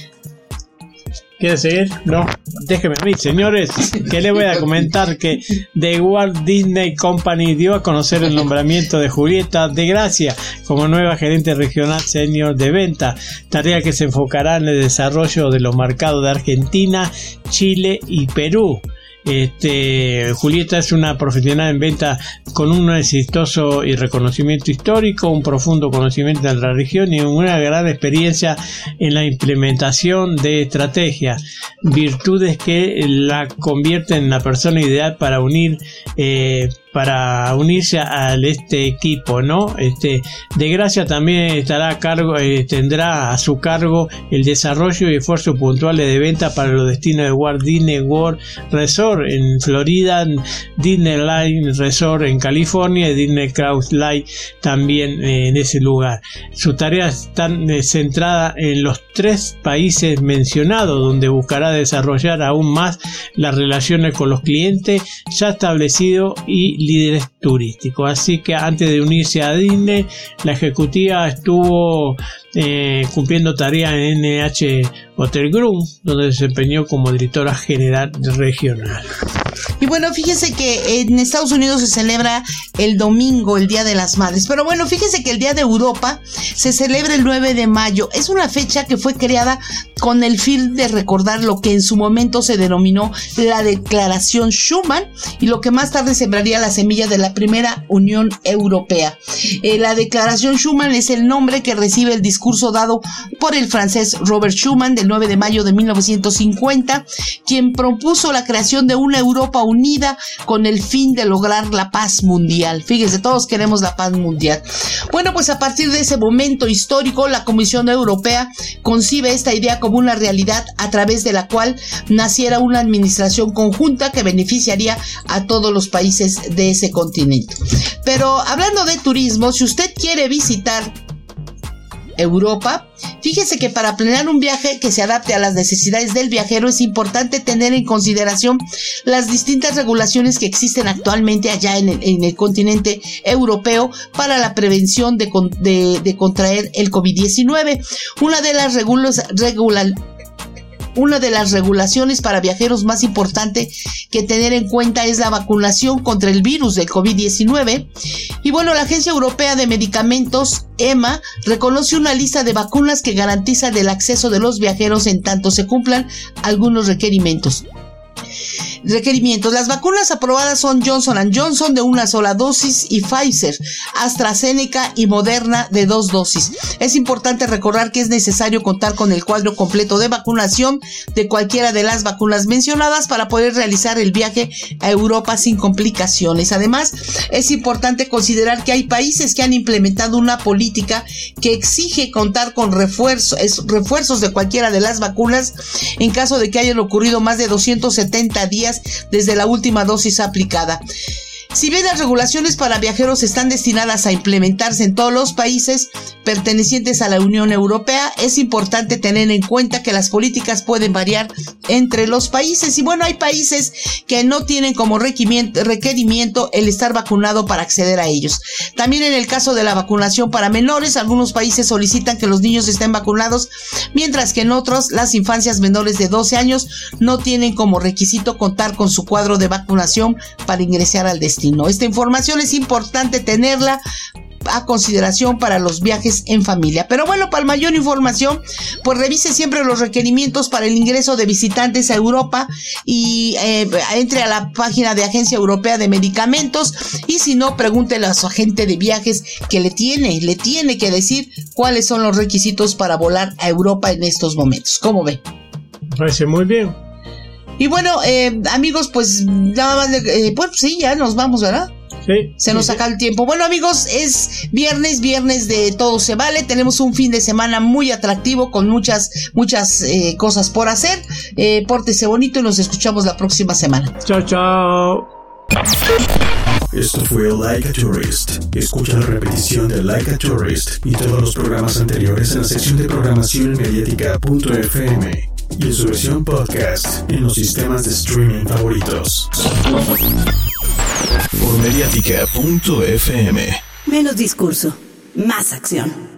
¿Quiere seguir? No, déjeme a mí, señores, que le voy a comentar que The Walt Disney Company dio a conocer el nombramiento de Julieta de Gracia como nueva gerente regional senior de venta, tarea que se enfocará en el desarrollo de los mercados de Argentina, Chile y Perú. Este, Julieta es una profesional en venta con un exitoso y reconocimiento histórico, un profundo conocimiento de la región y una gran experiencia en la implementación de estrategias, virtudes que la convierten en la persona ideal para unir eh, para unirse a este equipo, ¿no? Este, de Gracia también estará a cargo, eh, tendrá a su cargo el desarrollo y esfuerzo puntuales de venta para los destinos de Walt Disney World Resort en Florida, Disneyland Resort en California y Disney Cruise Line también eh, en ese lugar. Sus tareas están eh, centradas en los tres países mencionados, donde buscará desarrollar aún más las relaciones con los clientes ya establecidos y líderes turísticos. Así que antes de unirse a Disney, la ejecutiva estuvo eh, cumpliendo tareas en N H Hotel Group, donde se desempeñó como directora general regional. Y bueno, fíjese que en Estados Unidos se celebra el domingo, el Día de las Madres. Pero bueno, fíjese que el Día de Europa se celebra el nueve de mayo. Es una fecha que fue creada con el fin de recordar lo que en su momento se denominó la Declaración Schuman y lo que más tarde sembraría la semilla de la primera Unión Europea. Eh, la Declaración Schuman es el nombre que recibe el discurso dado por el francés Robert Schuman del nueve de mayo de mil novecientos cincuenta, quien propuso la creación de una Europa unida con el fin de lograr la paz mundial. Fíjense, todos queremos la paz mundial. Bueno, pues a partir de ese momento histórico, la Comisión Europea concibe esta idea como una realidad a través de la cual naciera una administración conjunta que beneficiaría a todos los países de ese continente. Pero hablando de turismo, si usted quiere visitar Europa, fíjese que para planear un viaje que se adapte a las necesidades del viajero es importante tener en consideración las distintas regulaciones que existen actualmente allá en el, en el continente europeo para la prevención de, de, de contraer el COVID diecinueve. Una de las regulas, regula, Una de las regulaciones para viajeros más importante que tener en cuenta es la vacunación contra el virus del COVID diecinueve. Y bueno, la Agencia Europea de Medicamentos, E M A, reconoce una lista de vacunas que garantizan el acceso de los viajeros en tanto se cumplan algunos requerimientos. Requerimientos. Las vacunas aprobadas son Johnson and Johnson de una sola dosis y Pfizer, AstraZeneca y Moderna de dos dosis. Es importante recordar que es necesario contar con el cuadro completo de vacunación de cualquiera de las vacunas mencionadas para poder realizar el viaje a Europa sin complicaciones. Además, es importante considerar que hay países que han implementado una política que exige contar con refuerzos, refuerzos de cualquiera de las vacunas en caso de que hayan ocurrido más de doscientos setenta días desde la última dosis aplicada. Si bien las regulaciones para viajeros están destinadas a implementarse en todos los países pertenecientes a la Unión Europea, es importante tener en cuenta que las políticas pueden variar entre los países. Y bueno, hay países que no tienen como requerimiento, requerimiento el estar vacunado para acceder a ellos. También en el caso de la vacunación para menores, algunos países solicitan que los niños estén vacunados, mientras que en otros, las infancias menores de doce años no tienen como requisito contar con su cuadro de vacunación para ingresar al destino. Esta información es importante tenerla a consideración para los viajes en familia. Pero bueno, para mayor información, pues revise siempre los requerimientos para el ingreso de visitantes a Europa y eh, entre a la página de Agencia Europea de Medicamentos, y si no, pregúntele a su agente de viajes que le tiene, le tiene que decir cuáles son los requisitos para volar a Europa en estos momentos. ¿Cómo ve? Me parece muy bien. Y bueno, eh, amigos, pues nada más, eh, pues sí, ya nos vamos, ¿verdad? Sí. Se nos sí, saca sí. el tiempo. Bueno, amigos, es viernes, viernes de Todo Se Vale. Tenemos un fin de semana muy atractivo con muchas, muchas eh, cosas por hacer. Eh, pórtese bonito y nos escuchamos la próxima semana. Chao, chao. Esto fue Like a Tourist. Escucha la repetición de Like a Tourist y todos los programas anteriores en la sección de programación mediática punto f m y en su versión podcast en los sistemas de streaming favoritos. Por mediática punto f m. Menos discurso, más acción.